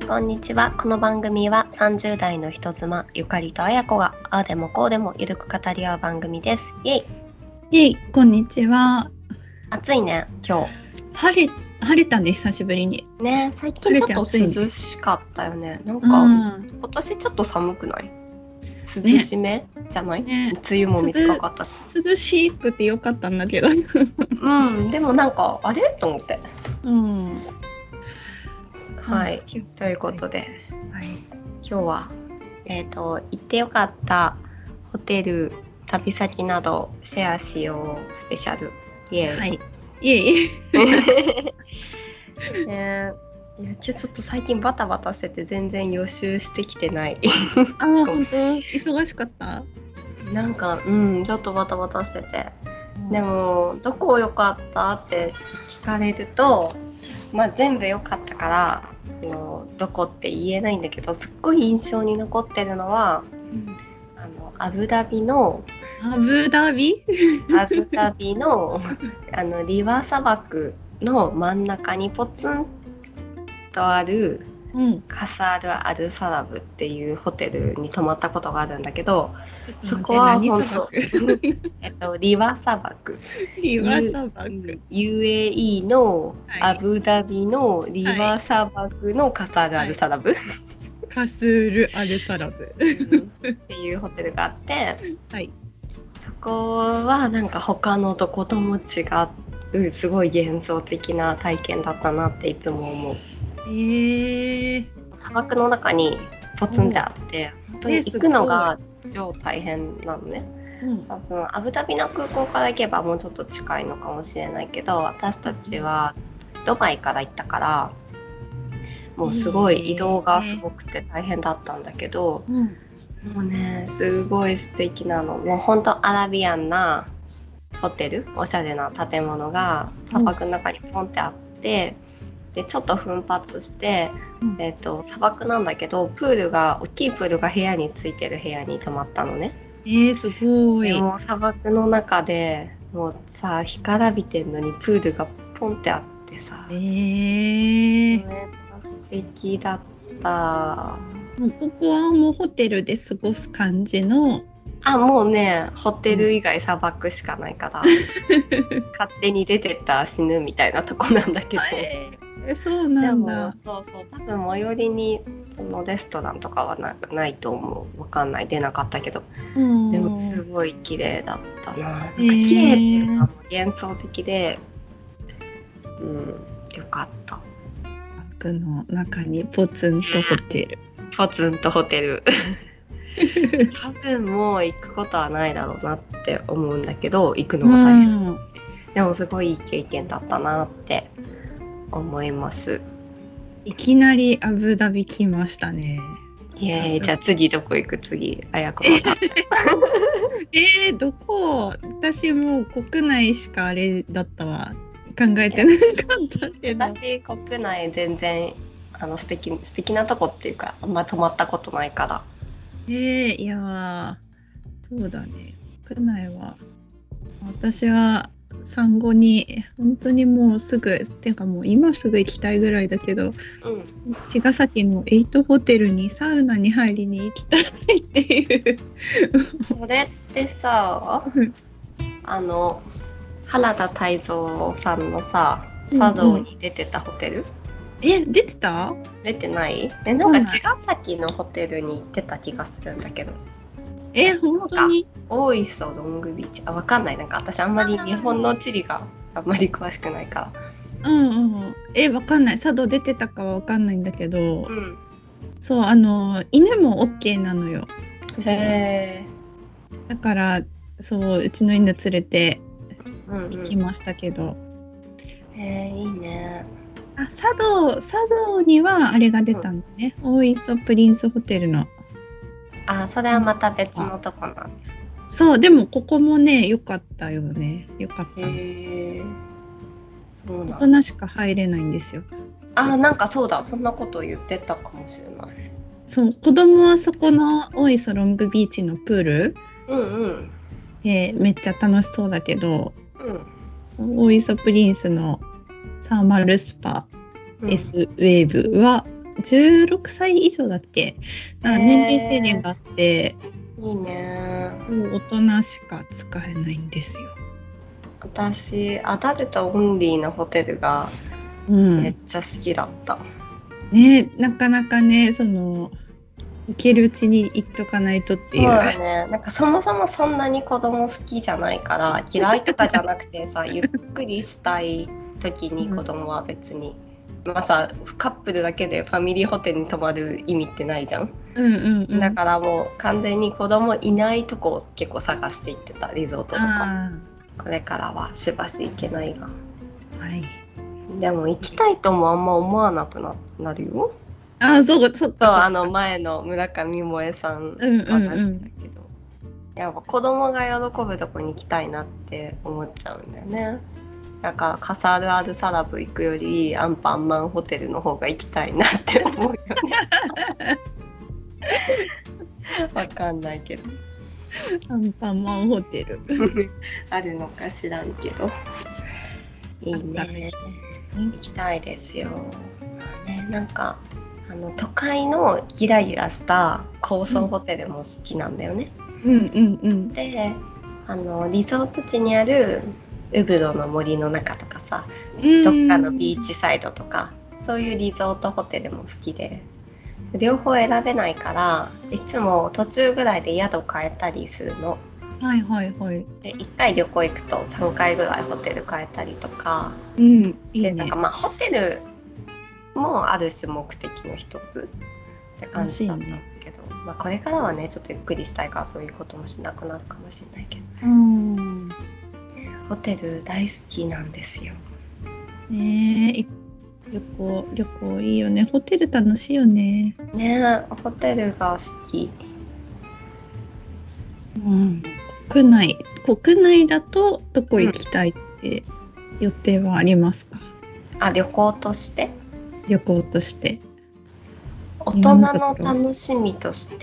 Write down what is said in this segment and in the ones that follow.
こんにちは。この番組は30代の人妻ゆかりとあやこがああでもこうでもゆるく語り合う番組です。イエイ。 イエイ、こんにちは。 暑いね今日。 晴れたね、久しぶりに。 ね、最近ちょっと涼しかったよね。なんか、今年ちょっと寒くない？涼しめ、じゃない？梅雨も短かったし。 涼しくてよかったんだけど。 でもなんかあれと思って。はい、ということで、今日は行ってよかったホテル、旅先などシェアしようスペシャル。イエイ。 はい。イエイ。 いやちょっと最近バタバタしてて全然予習してきてない。 本当忙しかった？ なんかちょっとバタバタしてて、でもどこ良かったって聞かれると、全部良かったからどこって言えないんだけど、すっごい印象に残ってるのは、アブダビのリワ砂漠の真ん中にポツンとあるカサール・アル・サラブっていうホテルに泊まったことがあるんだけど、そこは本当リワ砂漠 UAE のアブダビのリワ砂漠のカサール・アル・サラブ、 カスール・アル・サラブっていうホテルがあって、そこはなんか他のどことも違うすごい幻想的な体験だったなっていつも思う。砂漠の中にポツンってあって、本当に行くのが超大変なのね。多分アブダビの空港から行けばもうちょっと近いのかもしれないけど、私たちはドバイから行ったからもうすごい移動がすごくて大変だったんだけど、もうねすごい素敵なの。もう本当アラビアンなホテル、おしゃれな建物が砂漠の中にポンってあって、でちょっと奮発して、砂漠なんだけど大きいプールが部屋についてる部屋に泊まったのね。 すごい。 でも砂漠の中でもうさ、干からびてんのにプールがポンってあってさ、めっちゃ素敵だった。 もうここはもうホテルで過ごす感じの。 もうね、ホテル以外砂漠しかないから、勝手に出てったら死ぬみたいなとこなんだけど。 そうなんだ。 でもそう多分最寄りにそのレストランとかはないと思う。わかんない、出なかったけど、でもすごい綺麗だったな。なんか綺麗っていうか幻想的で、よかった。 砂漠の中にポツンとホテル。 ポツンとホテル。多分もう行くことはないだろうなって思うんだけど、行くのも大変だし、でもすごいいい経験だったなって思います。 いきなりアブダビ来ましたね。 じゃあ次どこ行く？次あやこさん。 どこ？私もう国内しかあれだったわ、考えてなかったけど。 私国内全然素敵なとこっていうか、あんま泊まったことないから。 いやそうだね、国内は私は産後に本当にもうすぐっていうかもう今すぐ行きたいぐらいだけど、茅ヶ崎のエイトホテルにサウナに入りに行きたいっていう。 それってさ原田泰造さんのさ茶道に出てたホテル？ 出てた？ 出てない？なんか茅ヶ崎のホテルに行ってた気がするんだけど。 本当に？ 大磯ロングビーチ。わかんない。なんか私あんまり日本の地理があんまり詳しくないから。 わかんない。茶道出てたかはわかんないんだけど、そう犬も OK なのよ。だからそううちの犬連れて行きましたけど。 いいね。 茶道にはあれが出たんだね。大磯プリンスホテルの。それはまた別のとこなんだ。 そうでもここもね良かったよね。良かった。 そうなんだ。 大人しか入れないんですよ。 なんかそうだ、そんなこと言ってたかもしれない。 そう、子供はそこの大磯ロングビーチのプールでめっちゃ楽しそうだけど、大磯プリンスのサーマルスパ、S ウェーブは 16歳以上だっけ、年齢制限があって、 いいね。 大人しか使えないんですよ。 私アダルトオンリーのホテルがめっちゃ好きだった、 ね、なかなかね、行けるうちに行っとかないとっていう。 そうだね。なんかそもそもそんなに子供好きじゃないから、嫌いとかじゃなくてさゆっくりしたい時に子供は別に、まあさ、カップルだけでファミリーホテルに泊まる意味ってないじゃん。だからもう完全に子供いないとこを結構探していってた、リゾートとか。これからはしばし行けないが、 はい、 でも行きたいともあんま思わなくなるよ。 そう前の村上萌さん話だけど、やっぱ子供が喜ぶとこに行きたいなって思っちゃうんだよね。だからカサール・アル・サラブ行くよりアンパンマンホテルの方が行きたいなって思うよね。わかんないけどアンパンマンホテルあるのか知らんけど、いいね、行きたいですよ、ね。なんか都会のギラギラした高層ホテルも好きなんだよね。でリゾート地にあるウブドの森の中とかさ、どっかのビーチサイドとか、そういうリゾートホテルも好きで、両方選べないからいつも途中ぐらいで宿変えたりするの。で1回旅行行くと3回ぐらいホテル変えたりとか、なんかホテルもある種目的の一つって感じだったけど、これからはねちょっとゆっくりしたいからそういうこともしなくなるかもしれないけど、ホテル大好きなんですよ。 旅行いいよね。ホテル楽しいよね。 ホテルが好き。 国内だとどこ行きたいって予定はありますか？ 旅行として大人の楽しみとして、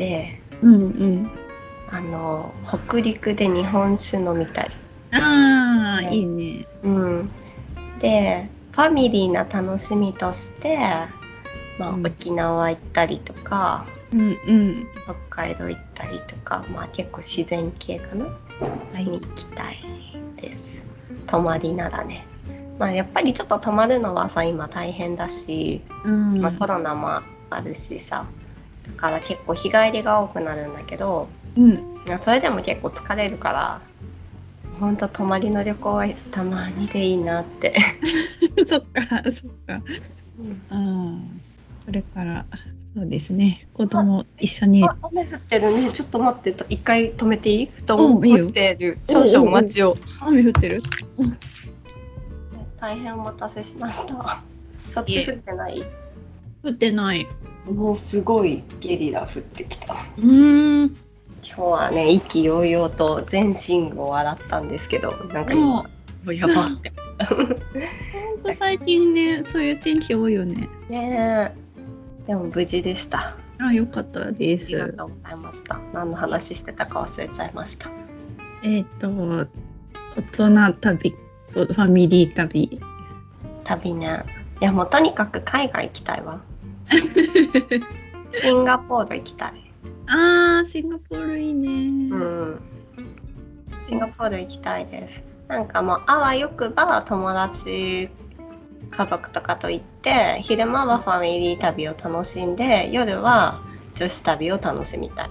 北陸で日本酒飲みたい。 いいね。 でファミリーな楽しみとして、沖縄行ったりとか、北海道行ったりとか、結構自然系かな、に行きたいです。泊まりならね。やっぱりちょっと泊まるのはさ今大変だし、コロナもあるしさ、だから結構日帰りが多くなるんだけど、それでも結構疲れるから、ほんと泊まりの旅行はたまにでいいなってそっか、これからそうですね、子供一緒に。 雨降ってるね。ちょっと待って、一回止めていい？布団を干してる。少々お待ちを。 雨降ってる？ 大変お待たせしました。そっち降ってない？ 降ってない。 もうすごいゲリラ降ってきた。今日はね、意気揚々と全身を洗ったんですけど、なんか今やばって。 最近ね、そういう天気多いよね。 でも無事でした。 よかったです。 ありがとうございました。何の話してたか忘れちゃいました。 大人旅、ファミリー旅。 ね。いやもうとにかく海外行きたいわ。シンガポール行きたい。 シンガポールいいね。 シンガポール行きたいです。なんかもうあわよくば友達家族とかと行って、昼間はファミリー旅を楽しんで、夜は女子旅を楽しみたい。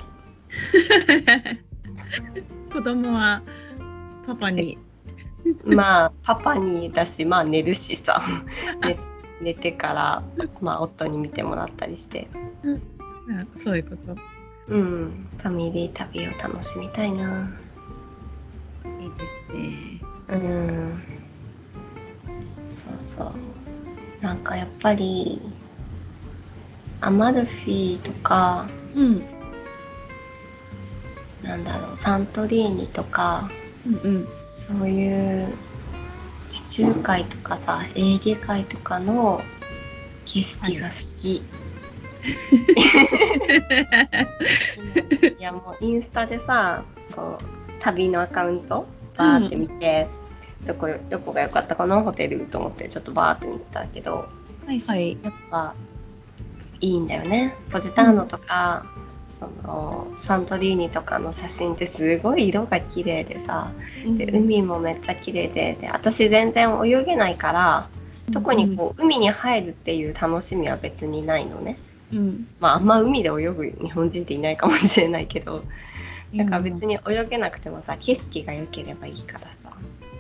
子供はパパにパパにだし、寝るしさ寝てから夫に見てもらったりして、 そういうこと。 ファミリー旅を楽しみたいな。 いいですね。 そう。なんかやっぱりアマルフィとか、なんだろう、サントリーニとか、そういう地中海とかさ、エーゲ海とかの景色が好き。いやもうインスタでさ、こう旅のアカウントバーって見て、どこが良かったかなホテルと思ってちょっとバーって見てたけど、やっぱいいんだよね。ポジターノとか、そのサントリーニとかの写真ってすごい色が綺麗でさ、で海もめっちゃ綺麗で、私全然泳げないから、特にこう海に入るっていう楽しみは別にないのね。まああんま海で泳ぐ日本人っていないかもしれないけど、だから別に泳げなくてもさ、景色が良ければいいからさ、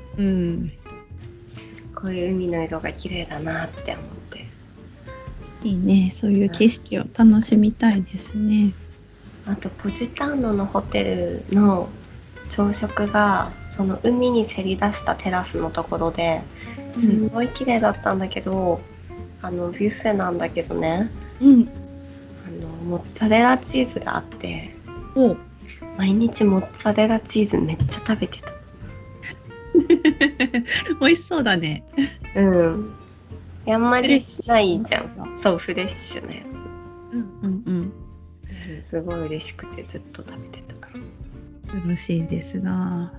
すっごい海の色が綺麗だなって思って。 いいね、そういう景色を楽しみたいですね。 あとポジターノのホテルの朝食がその海にせり出したテラスのところですごい綺麗だったんだけど、ビュッフェなんだけどね、モッツァレラチーズがあって、毎日モッツァレラチーズめっちゃ食べてた。 美味しそうだね。 あんまりないじゃん。そう、フレッシュなやつ。すごい嬉しくてずっと食べてた。 よろしいですな。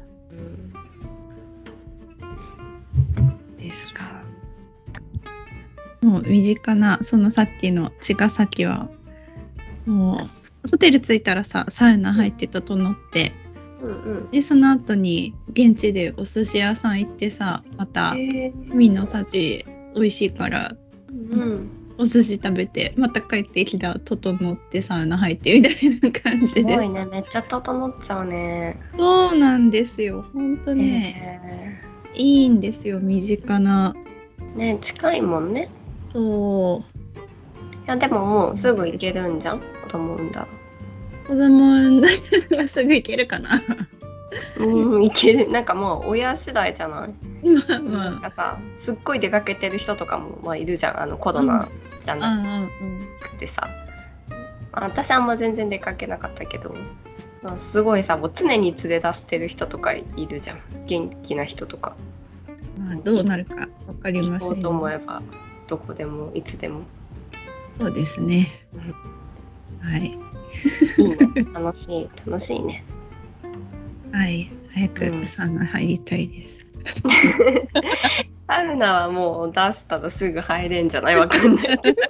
ですか。 もう身近なそのさっきの茅ヶ崎はもうホテル着いたらさ、サウナ入って整って、でその後に現地でお寿司屋さん行ってさ、また海の幸美味しいから、お寿司食べてまた帰ってきたら整ってサウナ入ってみたいな感じで。 すごいね、めっちゃ整っちゃうね。 そうなんですよ、ほんとね、いいんですよ、身近なね、近いもんね。 そう。 いやでももうすぐ行けるんじゃん、子供産んだら。 子供すぐ行けるかな。 行ける。なんかもう親次第じゃない。 なんかさ、すっごい出かけてる人とかも、いるじゃん、コロナじゃなくてさ、私あんま全然出かけなかったけど、すごいさ、もう常に連れ出してる人とかいるじゃん、元気な人とか。 どうなるか分かりません。 行こうと思えばどこでもいつでも。 そうですね。はい。 いいね、楽しいね。 はい、早くサウナ入りたいです。 サウナはもう出したらすぐ入れんじゃない？わかんないけど。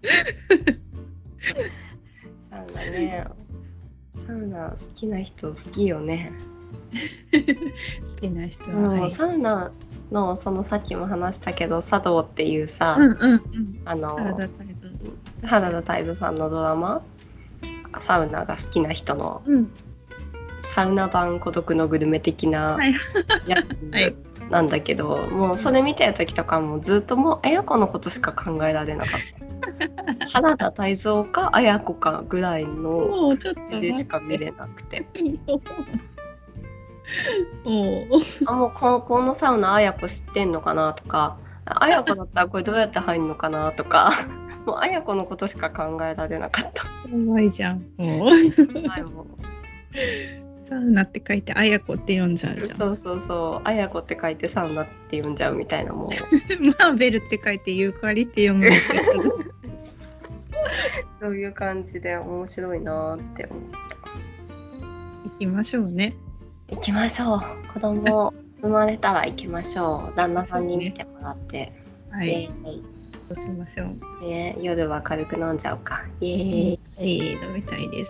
サウナね、サウナ好きな人好きよね。 好きな人は、 サウナのそのさっきも話したけど茶道っていうさ、原田泰造さんのドラマ、サウナが好きな人の、サウナ版孤独のグルメ的なやつなんだけど、もうそれ見てる時とかもずっともう綾子のことしか考えられなかった。原田泰造か綾子かぐらいの感じでしか見れなくて。もうこのサウナ綾子知ってんのかなとか、綾子だったらこれどうやって入るのかなとか、もう綾子のことしか考えられなかった。 やばいじゃん。もうサウナって書いて綾子って読んじゃうじゃん。 そう綾子って書いてサウナって読んじゃうみたいな。もうマーベルって書いてユーカリって読むんですけどそういう感じで面白いなって思った。 行きましょうね。 行きましょう。子供生まれたら行きましょう。旦那さんに見てもらって、 そうしましょう。 夜は軽く飲んじゃうか。 飲みたいです。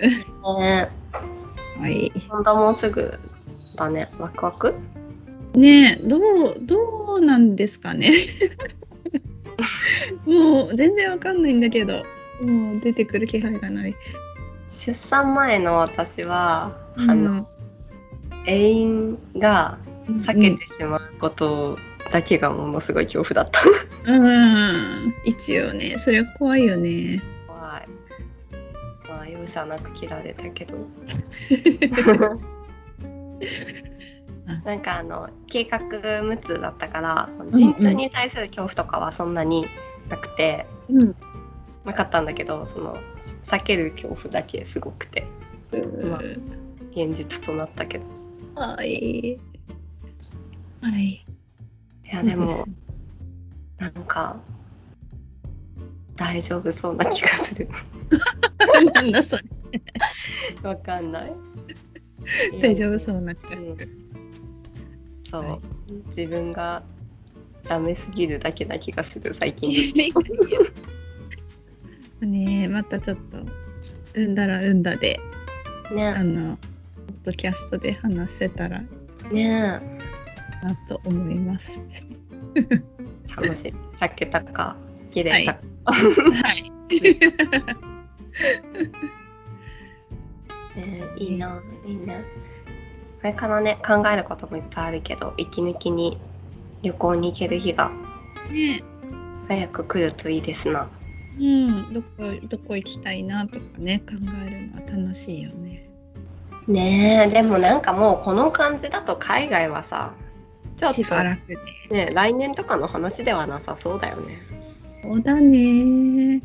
はい。 本当もうすぐだね。ワクワク？ ねえ、どうなんですかね。もう全然わかんないんだけど、もう出てくる気配がない。 出産前の私は、永遠が避けてしまうことだけがものすごい恐怖だった。 一応ね、それは怖いよね。 怖い。容赦なく切られたけど。なんか計画無痛だったから、陣痛に対する恐怖とかはそんなになくて、なかったんだけど、避ける恐怖だけすごくて、現実となったけど。いやでもなんか大丈夫そうな気がする。 なんだそれ。 わかんない。 大丈夫そうな気がする。 そう、自分がダメすぎるだけな気がする最近。 ね、またちょっと産んだら産んだで、 ね、 ポッドキャストで話せたらねなと思います。 楽しい。さっきたか綺麗だ。 はい。 いいな、いいね。これからね、考えることもいっぱいあるけど、息抜きに旅行に行ける日が早く来るといいですな。 うん、どこ行きたいなとかね、考えるのは楽しいよね。 ねえ、でもなんかもうこの感じだと海外はさ、ちょっとしばらくね、来年とかの話ではなさそうだよね。 そうだね。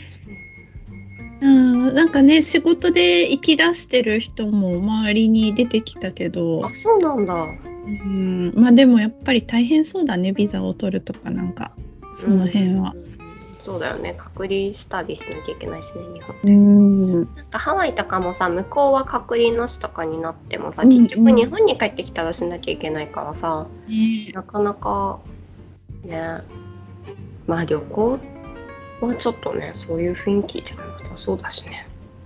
なんかね、仕事で行き出してる人も周りに出てきたけど、 あ、そうなんだ。 まあでもやっぱり大変そうだね、ビザを取るとかなんかその辺は。 そうだよね、隔離したりしなきゃいけないしね、日本って。なんかハワイとかもさ、向こうは隔離なしとかになってもさ、結局日本に帰ってきたらしなきゃいけないからさ、なかなかね、まあ旅行はちょっとね、そういう雰囲気じゃなさそうだしね。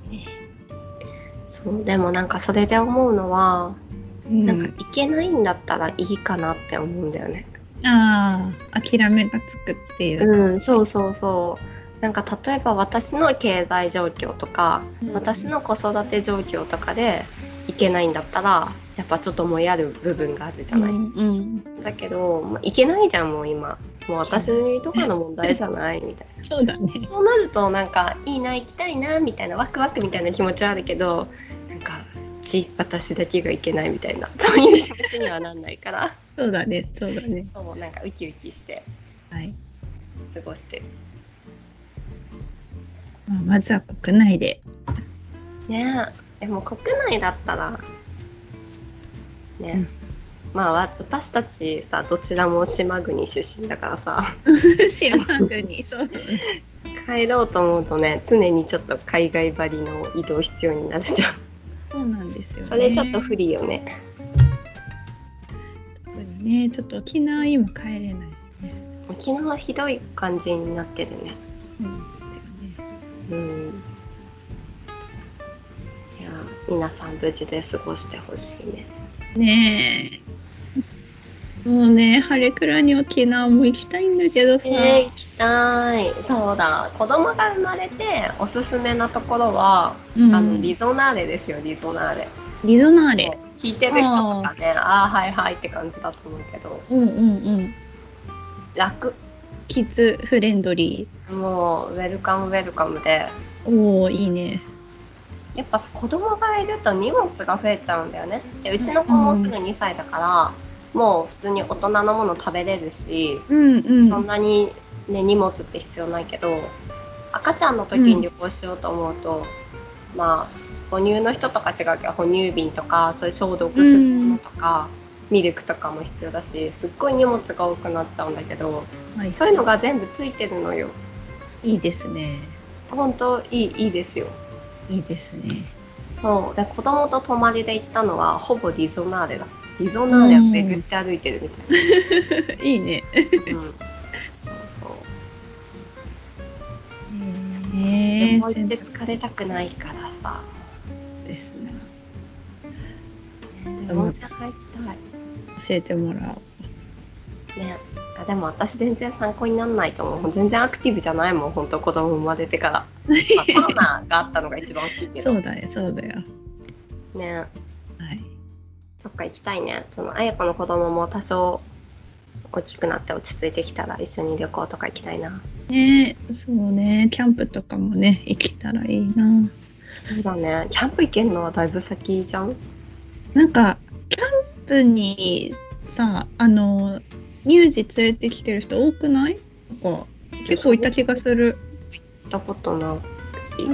そう、でもなんかそれで思うのは、なんか行けないんだったらいいかなって思うんだよね。 諦めがつくっていう。 そうそうそう。なんか例えば私の経済状況とか、私の子育て状況とかで行けないんだったら、やっぱちょっともやる部分があるじゃない。だけど、行けないじゃん、もう今。もう私とかの問題じゃないみたいな。 そうだね。 そうなるとなんかいいな、行きたいなみたいな、ワクワクみたいな気持ちはあるけど、なんか私だけが行けないみたいな、そういう気持ちにはなんないから。 そうだね。 そう、なんかウキウキして過ごしてる。 まずは国内で。 ねえ、でも国内だったらね、まあ私たちさ、どちらも島国出身だからさ島国、そう。 帰ろうと思うとね、常にちょっと海外張りの移動必要になるじゃん。 そうなんですよね。 それちょっと不利よね。 特にね、ちょっと沖縄今帰れないしね。 沖縄ひどい感じになってるね。 ですよね。 いや、皆さん無事で過ごしてほしいね。 ねえ。もうね、晴れくらいに沖縄も行きたいんだけどさ。 行きたい。そうだ、子供が生まれておすすめなところは、リゾナーレですよ、リゾナーレ。 リゾナーレ。 聞いてる人とかね、はいはいって感じだと思うけど。楽。 キッズフレンドリー。もうウェルカムウェルカムで。 いいね。 やっぱ子供がいると荷物が増えちゃうんだよね。で、うちの子もすぐ2歳だから、もう普通に大人のもの食べれるし、そんなに、ね、荷物って必要ないけど、赤ちゃんの時に旅行しようと思うと、まあ母乳の人とか違うけど、哺乳瓶とかそういう消毒するものとか、ミルクとかも必要だし、すっごい荷物が多くなっちゃうんだけど、そういうのが全部ついてるのよ。 いいですね。 本当いいですよ。 いいですね。そうで、子供と泊まりで行ったのはほぼリゾナーレだ。リゾナーレを巡って歩いてるみたいな。 いいね。 旅行行って疲れたくないからさ。 ですね。 温泉入りたい。 教えてもらおう。ね。でも私全然参考にならないと思う。全然アクティブじゃないもん、本当子供生まれてから。コロナがあったのが一番大きいけど。 そうだよ。 ね。そっか、行きたいね。あや子の子供も多少大きくなって落ち着いてきたら一緒に旅行とか行きたいな。 ね、そうね、キャンプとかもね、行けたらいいな。 そうだね、キャンプ行けるのはだいぶ先じゃん。 なんかキャンプにさ、乳児連れてきてる人多くない？なんか結構いた気がする。 行ったことない。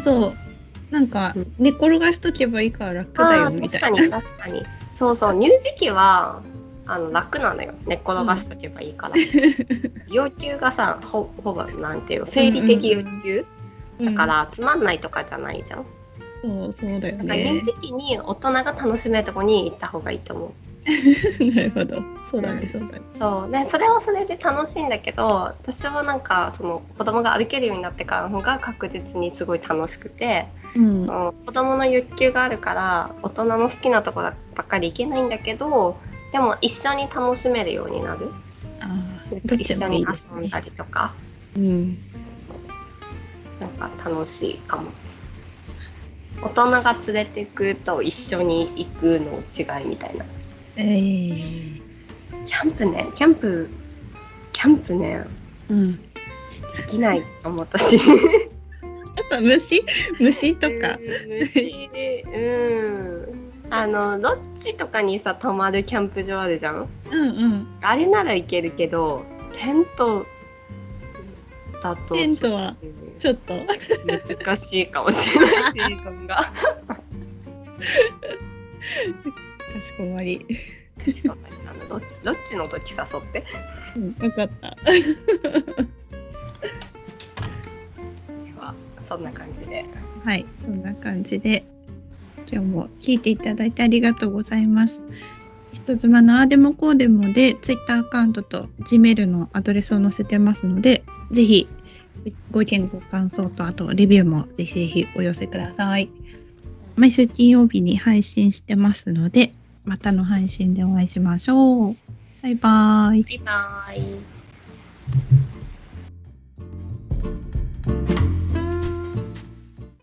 そう。なんか寝転がしとけばいいから楽だよみたいな。 確かに。そう、乳児期は楽なのよ。寝っ転がしとけばいいから。要求がさ、ほぼなんていうの、生理的要求、だからつまんないとかじゃないじゃん。 そうだよね。 だから乳児期に大人が楽しめるとこに行った方がいいと思う。 なるほど。そうだね、そうだね。 そうね、それはそれで楽しいんだけど、私はなんかその子供が歩けるようになってからの方が確実にすごい楽しくて、その子供の欲求があるから大人の好きなところばっかり行けないんだけど、でも一緒に楽しめるようになる。一緒に遊んだりとか、そうそう、なんか楽しいかも。大人が連れてくと一緒に行くの違いみたいな。キャンプね、できないと思ったし。 あと虫とか。 ロッジとかにさ泊まるキャンプ場あるじゃん。あれなら行けるけど、テントだとテントはちょっと難しいかもしれないシーズンが。かしこまり。 ロッチの時誘って。 分かった。 ではそんな感じで。 はい、そんな感じで今日も聞いていただいてありがとうございます。人妻のあーでもこうでもで Twitter アカウントと Gmail のアドレスを載せてますので、ぜひご意見ご感想とあとレビューもぜひぜひお寄せください。毎週金曜日に配信してますので、またの配信でお会いしましょう。バイバーイ。 バイバイ。